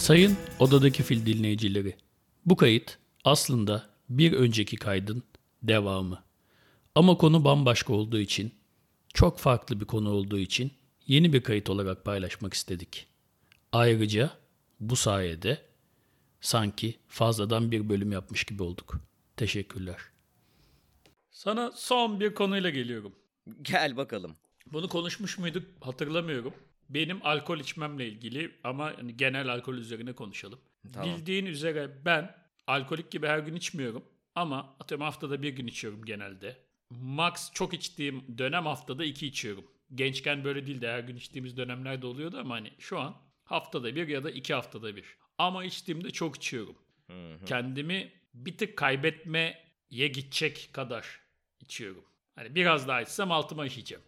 Sayın Odadaki Fil dinleyicileri, bu kayıt aslında bir önceki kaydın devamı. Ama konu bambaşka olduğu için, çok farklı bir konu olduğu için yeni bir kayıt olarak paylaşmak istedik. Ayrıca bu sayede sanki fazladan bir bölüm yapmış gibi olduk. Teşekkürler. Sana son bir konuyla geliyorum. Gel bakalım. Bunu konuşmuş muyduk hatırlamıyorum. Benim alkol içmemle ilgili ama hani genel alkol üzerine konuşalım. Tamam. Bildiğin üzere ben alkolik gibi her gün içmiyorum. Ama atıyorum haftada bir gün içiyorum genelde. Max çok içtiğim dönem haftada 2 içiyorum. Gençken böyle değildi, her gün içtiğimiz dönemler de oluyordu ama hani şu an haftada bir ya da 2 haftada bir. Ama içtiğimde çok içiyorum. Kendimi bir tık kaybetmeye gidecek kadar içiyorum. Hani biraz daha içsem altıma işeyeceğim.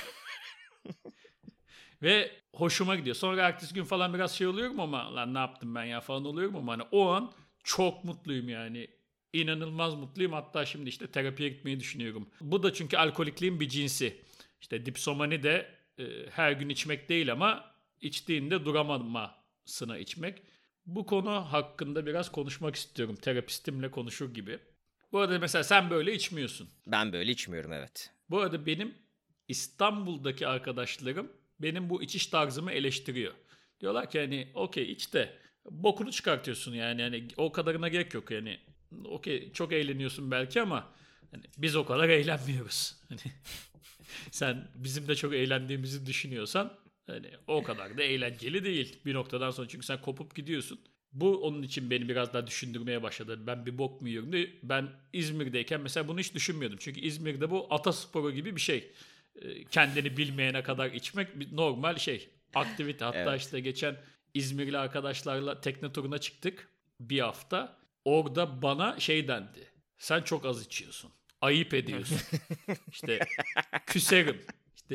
Ve hoşuma gidiyor. Sonra ertesi gün falan biraz şey oluyorum ama lan ne yaptım ben ya falan oluyorum ama hani o an çok mutluyum yani. İnanılmaz mutluyum. Hatta şimdi işte terapiye gitmeyi düşünüyorum. Bu da çünkü alkolikliğin bir cinsi. İşte dipsomani de her gün içmek değil ama içtiğinde duramamasına içmek. Bu konu hakkında biraz konuşmak istiyorum. Terapistimle konuşur gibi. Bu arada mesela sen böyle içmiyorsun. Ben böyle içmiyorum, evet. Bu arada benim İstanbul'daki arkadaşlarım benim bu içiş tarzımı eleştiriyor. Diyorlar ki hani okey iç de bokunu çıkartıyorsun yani o kadarına gerek yok yani. Okey çok eğleniyorsun belki ama hani biz o kadar eğlenmiyoruz. Hani sen bizim de çok eğlendiğimizi düşünüyorsan hani o kadar da eğlenceli değil bir noktadan sonra çünkü sen kopup gidiyorsun. Bu onun için beni biraz daha düşündürmeye başladı. Ben bir bok mu yiyorum diye. Ben İzmir'deyken mesela bunu hiç düşünmüyordum. Çünkü İzmir'de bu atasporu gibi bir şey. Kendini bilmeyene kadar içmek bir normal şey. Aktivite. Hatta Evet. işte geçen İzmirli arkadaşlarla tekne turuna çıktık. Bir hafta. Orada bana şey dendi. Sen çok az içiyorsun. Ayıp ediyorsun. İşte küserim. İşte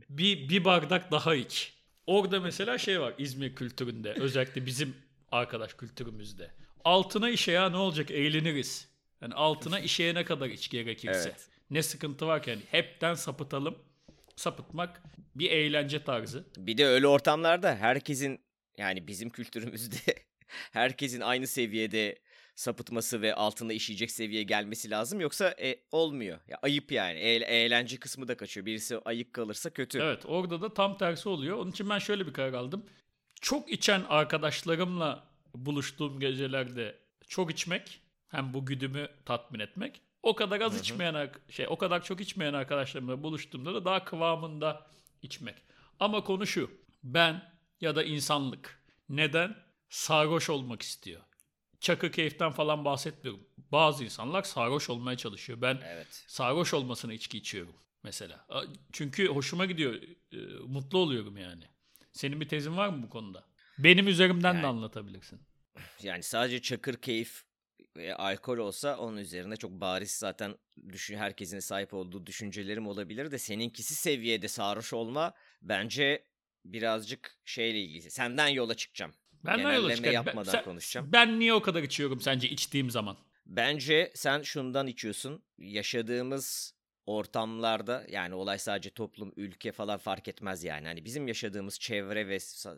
bir bardak daha iç. Orada mesela şey var İzmir kültüründe. Özellikle bizim arkadaş kültürümüzde. Altına işe ya ne olacak eğleniriz. Yani altına işeyene kadar iç gerekirse. Evet. Ne sıkıntı var ki yani hepten sapıtalım. Sapıtmak bir eğlence tarzı. Bir de öyle ortamlarda herkesin, yani bizim kültürümüzde herkesin aynı seviyede sapıtması ve altında işeyecek seviyeye gelmesi lazım. Yoksa olmuyor. Ya, ayıp yani. Eğlence kısmı da kaçıyor. Birisi ayık kalırsa kötü. Evet orada da tam tersi oluyor. Onun için ben şöyle bir karar aldım. Çok içen arkadaşlarımla buluştuğum gecelerde çok içmek, hem bu güdümü tatmin etmek. O kadar az Hı hı. içmeyen o kadar çok içmeyen arkadaşlarımla buluştuğumda da daha kıvamında içmek. Ama konu şu. Ben ya da insanlık neden sarhoş olmak istiyor? Çakı keyiften falan bahsetmiyorum. Bazı insanlar sarhoş olmaya çalışıyor. Ben Evet. sarhoş olmasına içki içiyorum mesela. Çünkü hoşuma gidiyor. Mutlu oluyorum yani. Senin bir tezin var mı bu konuda? Benim üzerimden de Yani, anlatabilirsin. yani sadece çakır keyif ve alkol olsa onun üzerine çok bariz zaten herkesin sahip olduğu düşüncelerim olabilir de seninkisi seviyede sarhoş olma bence birazcık şeyle ilgili. Senden yola çıkacağım. Benden yola Genelleme çıkar. yapmadan konuşacağım. Ben niye o kadar içiyorum sence içtiğim zaman? Bence sen şundan içiyorsun. Yaşadığımız ortamlarda, yani olay sadece toplum, ülke falan fark etmez yani. Hani bizim yaşadığımız çevre ve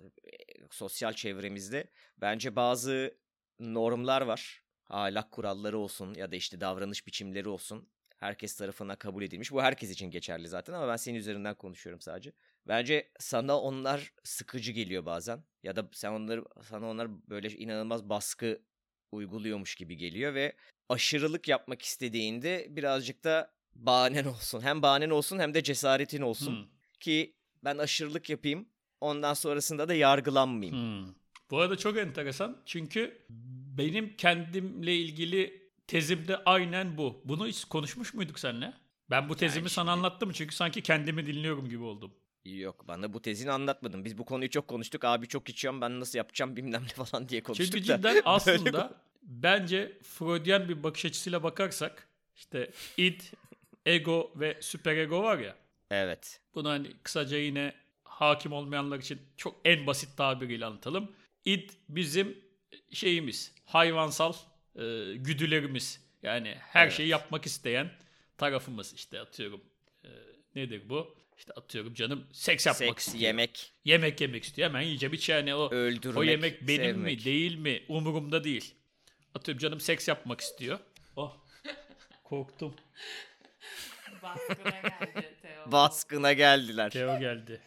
sosyal çevremizde bence bazı normlar var. Ahlak kuralları olsun ya da işte davranış biçimleri olsun. Herkes tarafından kabul edilmiş. Bu herkes için geçerli zaten ama ben senin üzerinden konuşuyorum sadece. Bence sana onlar sıkıcı geliyor bazen. Ya da sana onlar böyle inanılmaz baskı uyguluyormuş gibi geliyor ve aşırılık yapmak istediğinde birazcık da bahanen olsun. Hem bahanen olsun hem de cesaretin olsun. Hmm. Ki ben aşırılık yapayım. Ondan sonrasında da yargılanmayayım. Bu arada çok enteresan. Çünkü benim kendimle ilgili tezim de aynen bu. Bunu hiç konuşmuş muyduk seninle? Ben bu tezimi Yani sana şimdi anlattım çünkü sanki kendimi dinliyorum gibi oldum. yok, bana bu tezini anlatmadın. Biz bu konuyu çok konuştuk. Abi çok içiyorum, ben nasıl yapacağım bilmem ne falan diye Çünkü konuştuk da. cidden Böyle aslında bence Freudian bir bakış açısıyla bakarsak işte id, ego ve süperego var ya. Evet. Bunu hani kısaca yine hakim olmayanlar için çok en basit tabiriyle anlatalım. İd bizim şeyimiz, hayvansal güdülerimiz. Yani her şeyi Evet. yapmak isteyen tarafımız işte atıyorum. Nedir bu? İşte atıyorum canım seks yapmak Seks, istiyor. yemek, Yemek yemek istiyor. Hemen yiyeceğim hiç yani o öldürmek, yemek benim sevmek. mi değil mi umurumda değil. Atıyorum canım seks yapmak istiyor. Oh korktum. Baskına geldi Teo. Baskına geldiler. Teo geldi.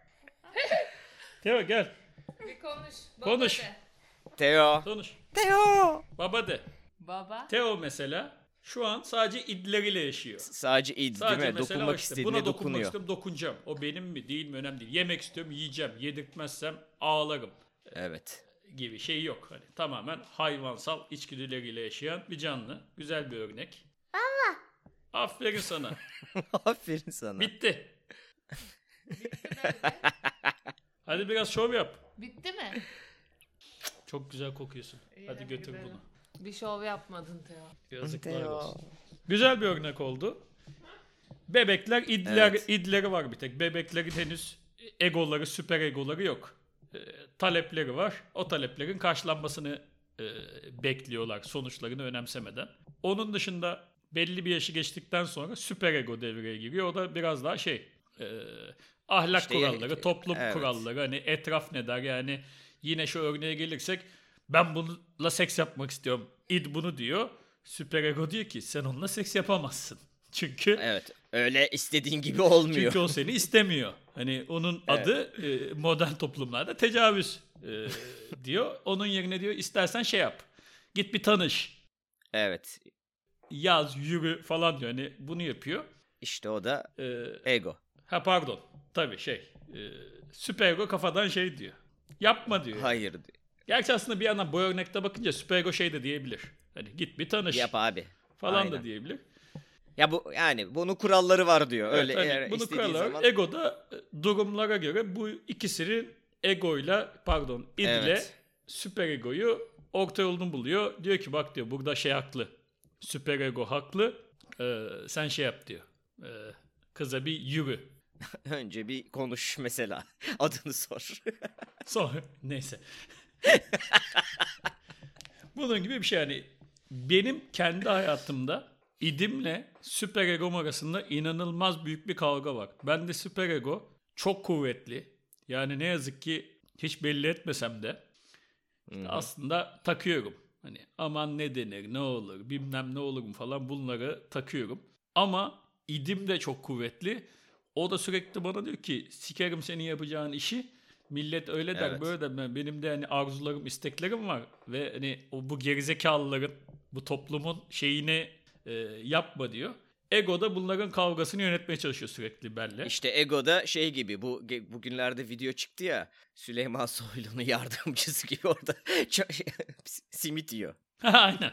Teo gel. Bir konuş. Baba Konuş. de. Teo. Konuş. Teo. Baba de. Baba. Teo mesela şu an sadece idleriyle yaşıyor. Sadece id değil Sadece mi? mesela Dokunmak işte istediğine buna dokunmak dokunuyor. istiyorum dokunacağım. O benim mi değil mi önemli değil. Yemek istiyorum yiyeceğim. Yedirtmezsem ağlarım Evet. gibi şey yok. Hani tamamen hayvansal içgüdüleriyle yaşayan bir canlı. Güzel bir örnek. Baba. Aferin sana. Aferin sana. Bitti. Hadi biraz şov yap. Bitti mi? Çok güzel kokuyorsun. İyi, Hadi götür gidelim. bunu. Bir şov yapmadın Teo. Yazıklar Teo. olsun. Güzel bir örnek oldu. Bebekler idleri var bir tek. Bebeklerin henüz egoları, süper egoları yok. Talepleri var. O taleplerin karşılanmasını bekliyorlar sonuçlarını önemsemeden. Onun dışında belli bir yaşı geçtikten sonra süper ego devreye giriyor. O da biraz daha ahlak İşte kuralları, toplum evet. kuralları. Hani etraf ne der yani yine şu örneğe gelirsek ben bununla seks yapmak istiyorum. İd bunu diyor. Süper ego diyor ki sen onunla seks yapamazsın. Çünkü Evet. Öyle istediğin gibi olmuyor. çünkü o seni istemiyor. Hani onun adı modern toplumlarda tecavüz diyor. Onun yerine diyor istersen şey yap. Git bir tanış. Evet. Yaz, yürü falan diyor. Hani bunu yapıyor. İşte o da E, ego. ha pardon. Tabii süper ego kafadan şey diyor. Yapma diyor. Hayır. Gerçi aslında bir yandan bu örnekte bakınca süper ego şey de diyebilir. Hani git bir tanış Yap abi. falan Aynen. da diyebilir. Ya bu yani bunun kuralları var diyor. Öyle Evet, hani eğer bunu istediğin kurallar. zaman. Ego da durumlara göre bu ikisinin idle Evet. süper egoyu orta yolunu buluyor. Diyor ki bak diyor burada şey haklı. Süper ego haklı. Sen şey yap diyor. Kıza bir yürü. Önce bir konuş mesela. Adını sor. Sonra neyse. Bunun gibi bir şey yani. Benim kendi hayatımda idimle süper egom arasında inanılmaz büyük bir kavga var. Ben de süper ego çok kuvvetli. Yani ne yazık ki hiç belli etmesem de işte aslında takıyorum. Hani aman ne denir, ne olur, bilmem ne olurum falan bunları takıyorum. Ama idim de çok kuvvetli. O da sürekli bana diyor ki sikerim senin yapacağın işi. Millet öyle der Evet. böyle der. Benim de hani arzularım, isteklerim var. Ve hani bu gerizekalıların, bu toplumun şeyini yapma diyor. Ego da bunların kavgasını yönetmeye çalışıyor sürekli benle. İşte ego da şey gibi bugünlerde video çıktı ya, Süleyman Soylu'nun yardımcısı gibi orada simit yiyor. Aynen.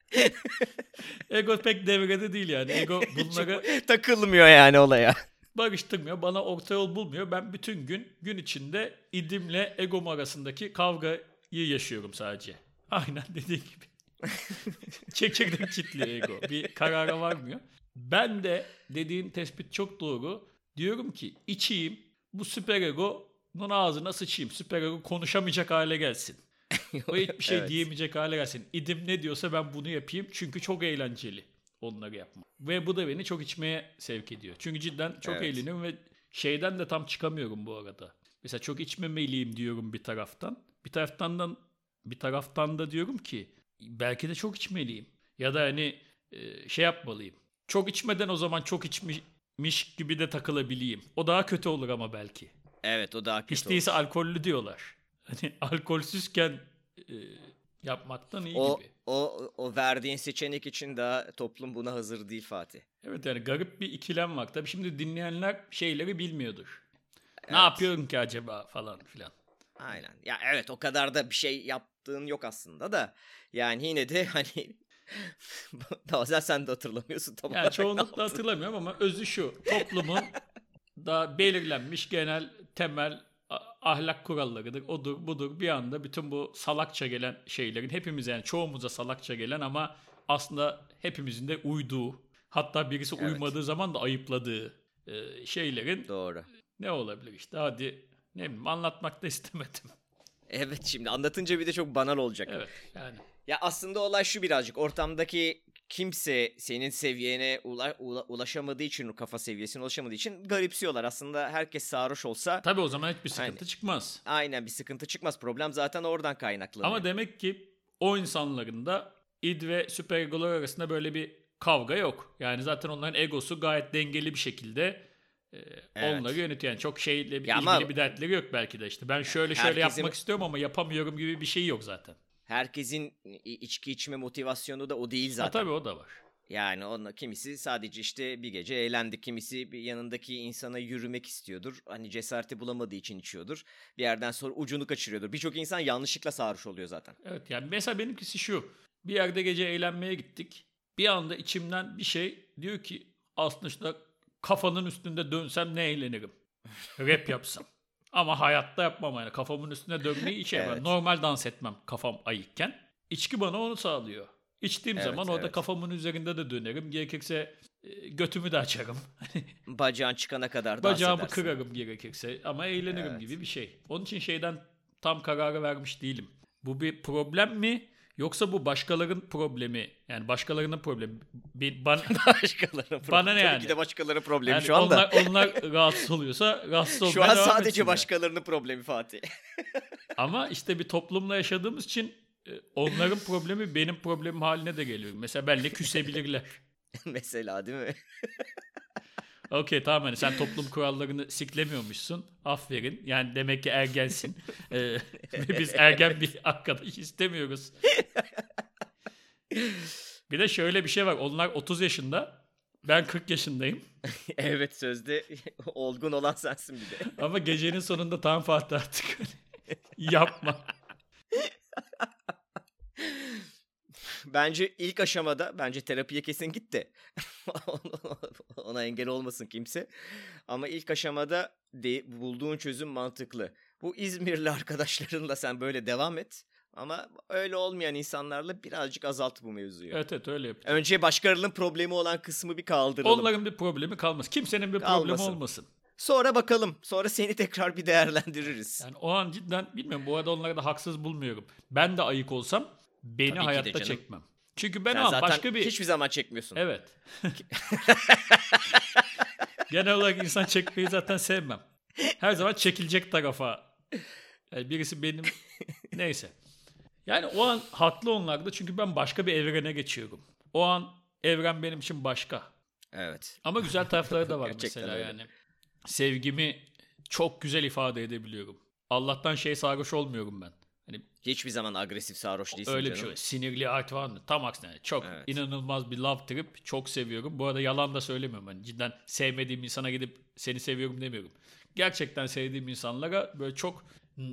Ego pek devrede değil yani. Ego bunları Takılmıyor yani olaya. barıştırmıyor. Bana orta yol bulmuyor. Ben bütün gün içinde idimle egom arasındaki kavgayı yaşıyorum sadece. Aynen dediğin gibi. Çekirdek çitliyor ego. Bir karara varmıyor. Ben de dediğin tespit çok doğru. Diyorum ki içeyim bu süper ego'nun ağzına sıçayım. Süper ego konuşamayacak hale gelsin. O hiçbir şey Evet. diyemeyecek hale gelsin. İdim ne diyorsa ben bunu yapayım. Çünkü çok eğlenceli onları yapmak. Ve bu da beni çok içmeye sevk ediyor. Çünkü cidden çok Evet. eğleniyorum ve şeyden de tam çıkamıyorum bu arada. Mesela çok içmemeliyim diyorum bir taraftan. Bir taraftan da diyorum ki belki de çok içmeliyim. Ya da hani şey yapmalıyım. Çok içmeden o zaman çok içmiş gibi de takılabileyim. O daha kötü olur ama belki. Evet, o daha kötü Hiç değilse olur. alkollü diyorlar. Hani alkolsüzken yapmaktan iyi O, gibi. o verdiğin seçenek için daha toplum buna hazır değil Fatih. Evet yani garip bir ikilem var. Tabii şimdi dinleyenler şeyleri bilmiyordur. Ne Evet. yapıyorum ki acaba falan filan. Aynen. Ya evet, o kadar da bir şey yaptığın yok aslında da. Yani yine de hani bazen sen de hatırlamıyorsun tam Yani olarak çoğunlukla ne yaptığını. hatırlamıyorum ama özü şu. Toplumun da belirlenmiş genel temel ahlak kurallarıdır. Odur budur bir anda bütün bu salakça gelen şeylerin hepimize yani çoğumuza salakça gelen ama aslında hepimizin de uyduğu hatta birisi Evet. uymadığı zaman da ayıpladığı şeylerin Doğru. ne olabilir işte hadi ne bileyim anlatmak da istemedim. Evet, şimdi anlatınca bir de çok banal olacak. Evet yani Ya aslında olay şu birazcık. Ortamdaki kimse senin seviyene ulaşamadığı için, o kafa seviyesine ulaşamadığı için garipsiyorlar. Aslında herkes sarhoş olsa Tabii o zaman hiçbir sıkıntı çıkmaz. aynen bir sıkıntı çıkmaz. Problem zaten oradan kaynaklanıyor. Ama demek ki o insanların da id ve süperegolar arasında böyle bir kavga yok. Yani zaten onların egosu gayet dengeli bir şekilde onları yönetiyor. Yani çok şeyle ilgili bir dertleri yok belki de işte. Ben şöyle yapmak istiyorum ama yapamıyorum gibi bir şey yok zaten. Herkesin içki içme motivasyonu da o değil zaten. Tabii o da var. Yani kimisi sadece işte bir gece eğlendi, kimisi bir yanındaki insana yürümek istiyordur. Hani cesareti bulamadığı için içiyordur. Bir yerden sonra ucunu kaçırıyordur. Birçok insan yanlışlıkla sarhoş oluyor zaten. Evet yani mesela benimkisi şu. Bir yerde gece eğlenmeye gittik. Bir anda içimden bir şey diyor ki aslında işte kafanın üstünde dönsem ne eğlenirim. Rap yapsam. Ama hayatta yapmam yani. Kafamın üstüne dönmeyi yapmam. Normal dans etmem kafam ayıkken. İçki bana onu sağlıyor. İçtiğim zaman orada kafamın üzerinde de dönerim. Gerekirse götümü de açarım. Bacağın çıkana kadar dans Bacağımı edersin. kırarım gerekirse ama eğlenirim gibi bir şey. Onun için şeyden tam kararı vermiş değilim. Bu bir problem mi? Yoksa bu başkalarının problemi. Yani başkalarının problemi. Bana ne yani? Tabii ki de başkalarının problemi Yani şu anda. onlar rahatsız oluyorsa rahatsız olmaya Şu an devam sadece etsinler. başkalarının problemi Fatih. Ama işte bir toplumla yaşadığımız için onların problemi benim problemim haline de geliyor. Mesela benimle küsebilirler. Mesela değil mi? Okey tamam hani sen toplum kurallarını siklemiyormuşsun. Aferin. Yani demek ki ergensin. Ve biz ergen bir arkadaş istemiyoruz. Bir de şöyle bir şey var. Onlar 30 yaşında. Ben 40 yaşındayım. Evet sözde olgun olan sensin bir de. Ama gecenin sonunda tam Fatih artık. Yapma. Bence ilk aşamada terapiye kesin git de ona engel olmasın kimse. Ama ilk aşamada bulduğun çözüm mantıklı. Bu İzmirli arkadaşlarınla sen böyle devam et. Ama öyle olmayan insanlarla birazcık azalt bu mevzuyu. Evet öyle yapacağım. Önce başkalarının problemi olan kısmı bir kaldıralım. Onların bir problemi kalmaz. Kimsenin bir problemi olmasın. Sonra bakalım. Sonra seni tekrar bir değerlendiririz. Yani o an cidden bilmiyorum. Bu arada onları da haksız bulmuyorum. Ben de ayık olsam beni Tabii ki de hayatta canım. çekmem. Çünkü ben Sen o an zaten başka bir... hiçbir zaman çekmiyorsun. Evet. Genel olarak insan çekmeyi zaten sevmem. Her zaman çekilecek tarafa. Yani birisi benim... Neyse. Yani o an haklı onlar da çünkü ben başka bir evrene geçiyorum. O an evren benim için başka. Evet. Ama güzel tarafları da var Gerçekten mesela öyle. yani. Sevgimi çok güzel ifade edebiliyorum. Allah'tan sarhoş olmuyorum ben. Hani Hiçbir zaman agresif sarhoş değilsin öyle bir canım. şey. Sinirli art falan. Tam aksine. Çok inanılmaz bir love trip. Çok seviyorum. Bu arada yalan da söylemiyorum. Hani cidden sevmediğim insana gidip seni seviyorum demiyorum. Gerçekten sevdiğim insanlara böyle çok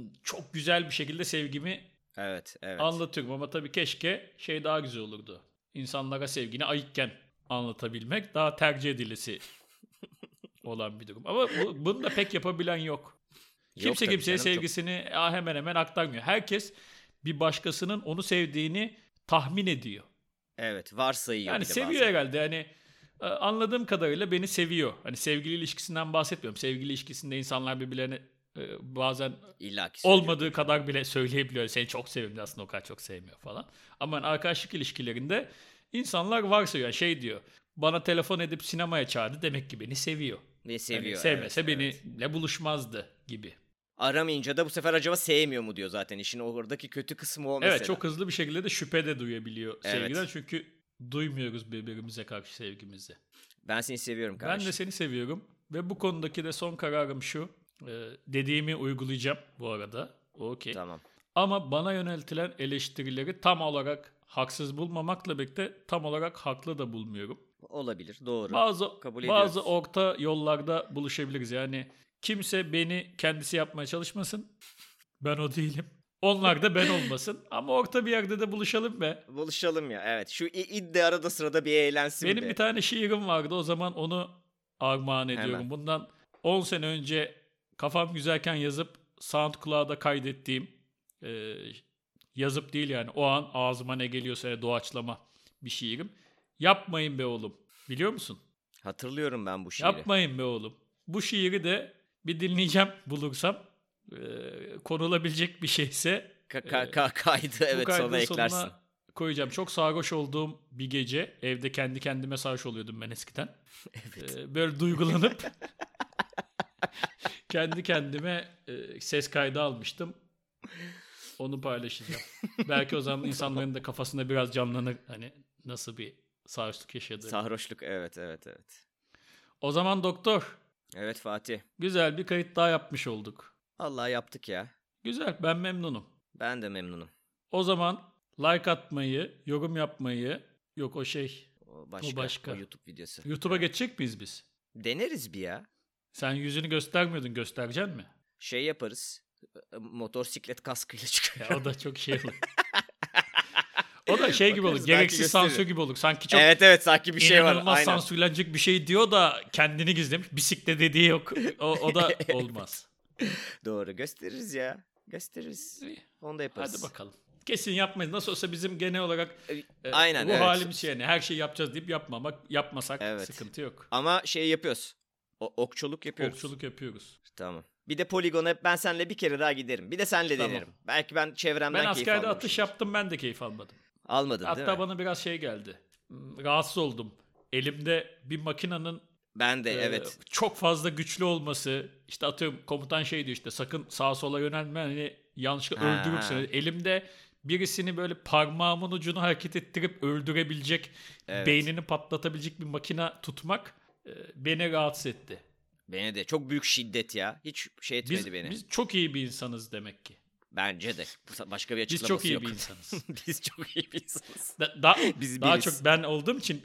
güzel bir şekilde sevgimi Evet. anlatıyorum. Ama tabii keşke daha güzel olurdu. İnsanlara sevgini ayıkken anlatabilmek daha tercih edilisi olan bir durum. Ama bunu da pek yapabilen yok. Kimse tabii kimseye canım, sevgisini hemen hemen aktarmıyor. Herkes bir başkasının onu sevdiğini tahmin ediyor. Evet, varsayıyor Yani bir de seviyor bazen. herhalde. Yani anladığım kadarıyla beni seviyor. Hani sevgili ilişkisinden bahsetmiyorum. Sevgili ilişkisinde insanlar birbirlerine bazen İlla ki söylüyor. olmadığı kadar bile söyleyebiliyor. Seni çok seviyorum aslında o kadar çok sevmiyor falan. Ama yani arkadaşlık ilişkilerinde insanlar varsayıyor. Yani diyor. Bana telefon edip sinemaya çağırdı. Demek ki beni seviyor. Ve seviyor. Yani sevmese evet. benimle buluşmazdı gibi. Aramayınca da bu sefer acaba sevmiyor mu diyor zaten. İşin oradaki kötü kısmı o mesela. Evet çok hızlı bir şekilde de şüphe de duyabiliyor Evet. sevgiden. Çünkü duymuyoruz birbirimize karşı sevgimizi. Ben seni seviyorum kardeşim. Ben de seni seviyorum. Ve bu konudaki de son kararım şu. Dediğimi uygulayacağım bu arada. Okey. Tamam. Ama bana yöneltilen eleştirileri tam olarak haksız bulmamakla birlikte tam olarak haklı da bulmuyorum. Olabilir. Doğru. Kabul Bazı ediyoruz. orta yollarda buluşabiliriz. Yani kimse beni kendisi yapmaya çalışmasın. Ben o değilim. Onlar da ben olmasın. Ama orta bir yerde de buluşalım be. Buluşalım ya. Evet. Şu iddia arada sırada bir eğlensin Benim be. bir tane şiirim vardı. O zaman onu armağan ediyorum. Hemen. Bundan 10 sene önce kafam güzelken yazıp SoundCloud'a kaydettiğim yazıp değil yani o an ağzıma ne geliyorsa doğaçlama bir şiirim. Yapmayın be oğlum. Biliyor musun? Hatırlıyorum ben bu şiiri. Yapmayın be oğlum. Bu şiiri de bir dinleyeceğim bulursam. Konulabilecek bir şeyse Kaydı bu evet kaydın sonra eklersin. sonuna koyacağım. Çok sarhoş olduğum bir gece evde kendi kendime sarhoş oluyordum ben eskiden. Böyle duygulanıp kendi kendime ses kaydı almıştım. Onu paylaşacağım. Belki o zaman insanların da kafasında biraz canlanır. Hani nasıl bir sarhoşluk yaşadığı. Sarhoşluk, evet. O zaman doktor, Evet Fatih. güzel bir kayıt daha yapmış olduk. Vallahi yaptık ya. Güzel, ben memnunum. Ben de memnunum. O zaman like atmayı, yorum yapmayı, yok o başka. O YouTube videosu. YouTube'a geçecek miyiz biz? Deneriz bir ya. Sen yüzünü göstermiyordun, göstereceksin mi? Şey yaparız. Motosiklet kaskıyla çıkıyor. Ya o da çok şey olur. O da şey gibi olur, Bakarız, gereksiz belki sansür gösterir. gibi olur. Sanki çok Evet sanki bir şey var. inanılmaz Aynen. sansürlenecek bir şey diyor da kendini gizlemiş. Bisiklet dediği yok. O da olmaz. Doğru, gösteririz ya. Gösteririz. Onu da yaparız. Hadi bakalım. Kesin yapmayız. Nasıl olsa bizim genel olarak Aynen, bu evet. halimiz yani. Her şeyi yapacağız deyip yapmasak Evet. sıkıntı yok. Ama şey yapıyoruz. Okçuluk yapıyoruz. Okçuluk yapıyoruz. Tamam. Bir de poligona ben seninle bir kere daha giderim. Bir de senle Tamam. denerim. Belki ben çevremden Ben keyif askerde almamışımdır. atış yaptım, ben de keyif almadım. Almadın değil Hatta mi? bana biraz şey geldi. Rahatsız oldum. Elimde bir makinenin Ben de evet. çok fazla güçlü olması, işte atıyorum komutan şey diyor, işte sakın sağa sola yönelme, hani yanlışlıkla öldürürsün. Elimde birisini böyle parmağımın ucunu hareket ettirip öldürebilecek, Evet. beynini patlatabilecek bir makine tutmak beni rahatsız etti. Beni de. Çok büyük şiddet ya. Hiç şey etmedi beni. Biz çok iyi bir insanız demek ki. Bence de. Başka bir Biz açıklaması çok iyi yok. bir insanız. Biz çok iyi bir insanız. Biz Daha biriz. çok ben olduğum için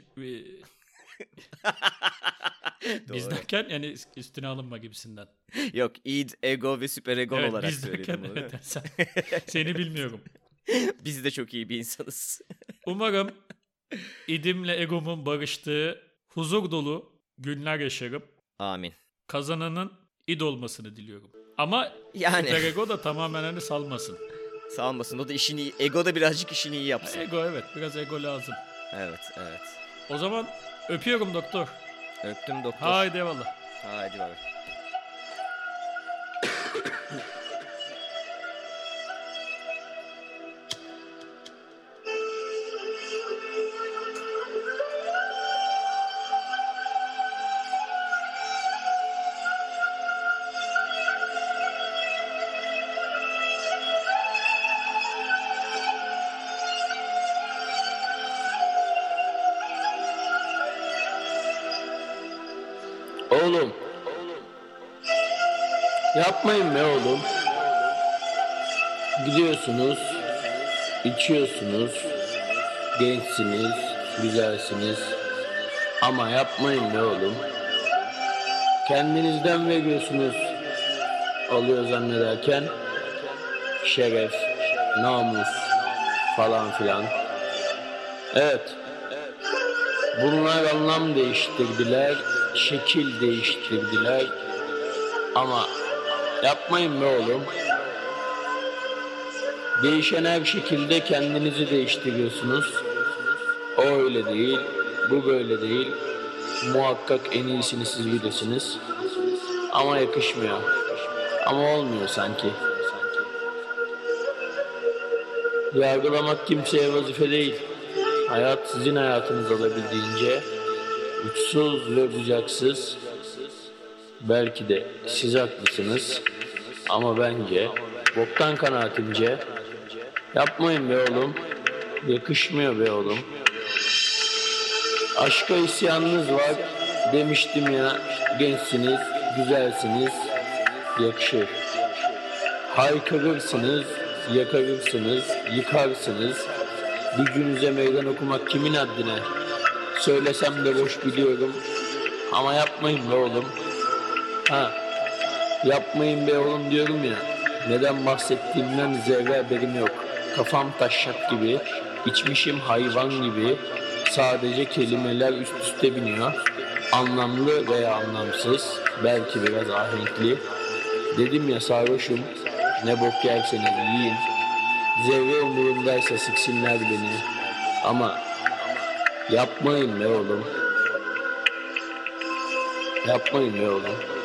biz Doğru. derken yani üstüne alınma gibisinden. Yok, id, ego ve süper egon Evet, olarak biz derken söyledim bunu. seni bilmiyorum. Biz de çok iyi bir insanız. Umarım idimle egomun barıştığı huzur dolu günler yaşarım. Amin. Kazananın id olmasını diliyorum. Ama Yani. süper ego da tamamen hani salmasın. Sağ o da işini iyi. Ego da birazcık işini iyi yapsın. Ego, evet, biraz ego lazım. Evet. O zaman öpüyorum doktor. Öptüm doktor. Haydi eyvallah. Haydi bay bay. Oğlum. Yapmayın be oğlum. Gidiyorsunuz, içiyorsunuz, gençsiniz, güzelsiniz. Ama yapmayın be oğlum. Kendinizden veriyorsunuz, alıyor zannederken. Şeref, namus falan filan. Evet. Bunlar anlam değiştirdiler, şekil değiştirdiler. Ama yapmayın be oğlum. Değişen her şekilde kendinizi değiştiriyorsunuz. O öyle değil, bu böyle değil. Muhakkak en iyisini siz bilirsiniz. Ama yakışmıyor. Ama olmuyor sanki. Yargılamak kimseye vazife değil. Hayat sizin hayatınız olabildiğince uçsuz ve bucaksız. Belki de siz haklısınız ama bence, boktan kanaatimce, yapmayın be oğlum, yakışmıyor be oğlum. Aşka isyanınız var, demiştim ya, gençsiniz, güzelsiniz, yakışır. Haykırırsınız, yakarırsınız, yıkarsınız. Gücünüze meydan okumak kimin haddine? Söylesem de boş biliyorum. Ama yapmayın be oğlum. Yapmayın be oğlum diyorum ya. Neden bahsettiğimden zerre haberim yok. Kafam taşak gibi, içmişim hayvan gibi. Sadece kelimeler üst üste biniyor. Anlamlı veya anlamsız, belki biraz ahenkli. Dedim ya sarhoşum, ne bok yerseniz yiyin. Zerre umurumdaysa siksinler beni. Ama yapmayın be oğlum. Yapmayın be oğlum.